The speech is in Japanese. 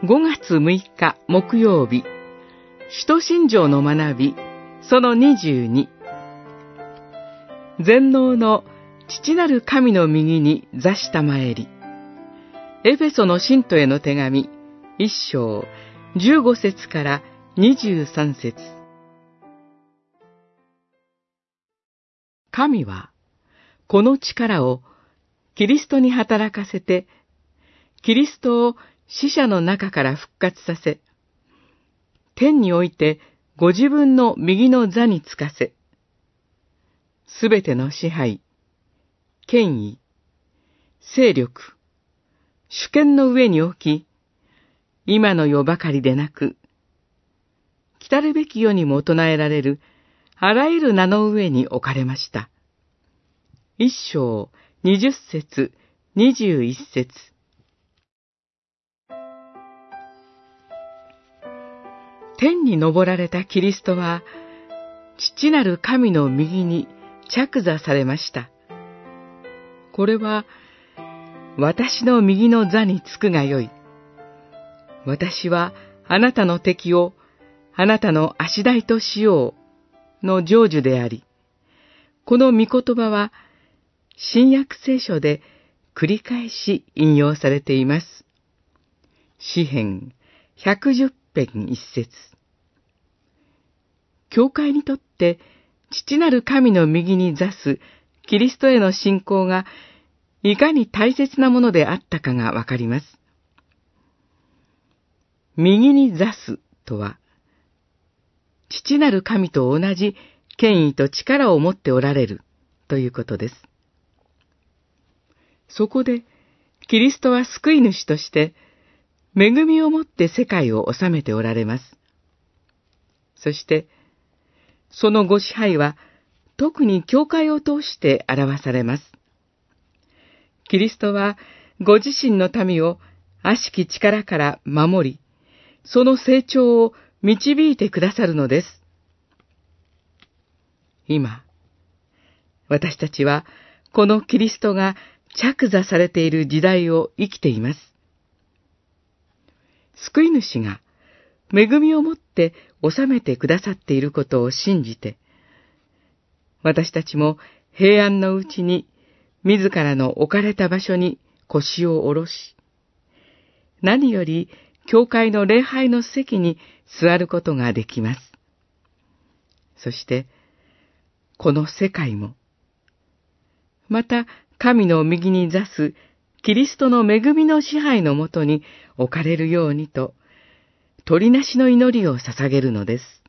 5月6日木曜日、使徒信条の学び、その22。全能の父なる神の右に座したまえり。エフェソの信徒への手紙、1章、15節から23節。神は、この力をキリストに働かせて、キリストを死者の中から復活させ、天においてご自分の右の座につかせ、すべての支配、権威、勢力、主権の上に置き、今の世ばかりでなく、来るべき世にも唱えられるあらゆる名の上に置かれました。1章20節21節。天に昇られたキリストは、父なる神の右に着座されました。これは、私の右の座につくがよい。私はあなたの敵をあなたの足台としようの成就であり、この御言葉は新約聖書で繰り返し引用されています。詩編110編1節。教会にとって父なる神の右に座すキリストへの信仰がいかに大切なものであったかがわかります。右に座すとは、父なる神と同じ権威と力を持っておられるということです。そこで、キリストは救い主として、恵みをもって世界を治めておられます。そして、そのご支配は、特に教会を通して表されます。キリストは、ご自身の民を悪しき力から守り、その成長を導いてくださるのです。今、私たちは、このキリストが着座されている時代を生きています。救い主が、恵みをもって治めてくださっていることを信じて、私たちも平安のうちに自らの置かれた場所に腰を下ろし、何より教会の礼拝の席に座ることができます。そして、この世界も、また神の右に座すキリストの恵みの支配のもとに置かれるようにと、取りなしの祈りを捧げるのです。